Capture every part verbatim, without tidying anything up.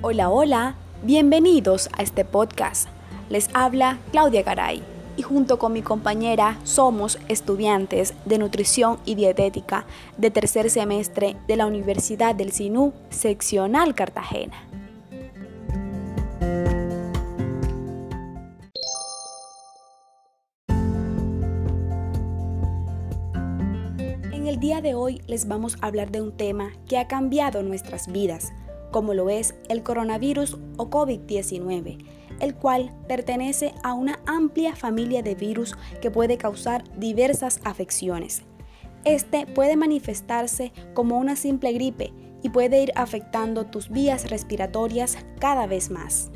Hola, hola, bienvenidos a este podcast. Les habla Claudia Garay y junto con mi compañera somos estudiantes de Nutrición y Dietética de tercer semestre de la Universidad del Sinú, Seccional Cartagena. En el día de hoy les vamos a hablar de un tema que ha cambiado nuestras vidas, como lo es el coronavirus o COVID diecinueve, el cual pertenece a una amplia familia de virus que puede causar diversas afecciones. Este puede manifestarse como una simple gripe y puede ir afectando tus vías respiratorias cada vez más.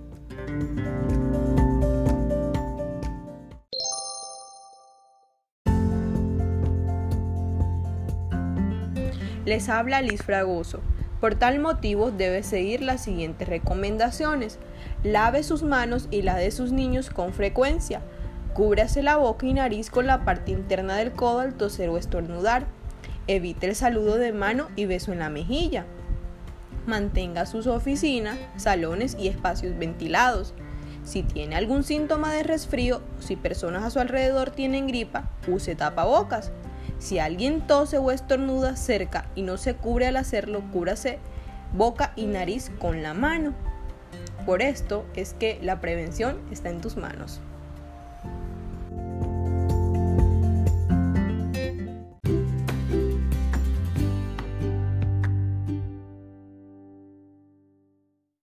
Les habla Liz Fragoso. Por tal motivo debe seguir las siguientes recomendaciones. Lave sus manos y la de sus niños con frecuencia. Cúbrase la boca y nariz con la parte interna del codo al toser o estornudar. Evite el saludo de mano y beso en la mejilla. Mantenga sus oficinas, salones y espacios ventilados. Si tiene algún síntoma de resfrío o si personas a su alrededor tienen gripa, use tapabocas. Si alguien tose o estornuda cerca y no se cubre al hacerlo, cúbrase boca y nariz con la mano. Por esto es que la prevención está en tus manos.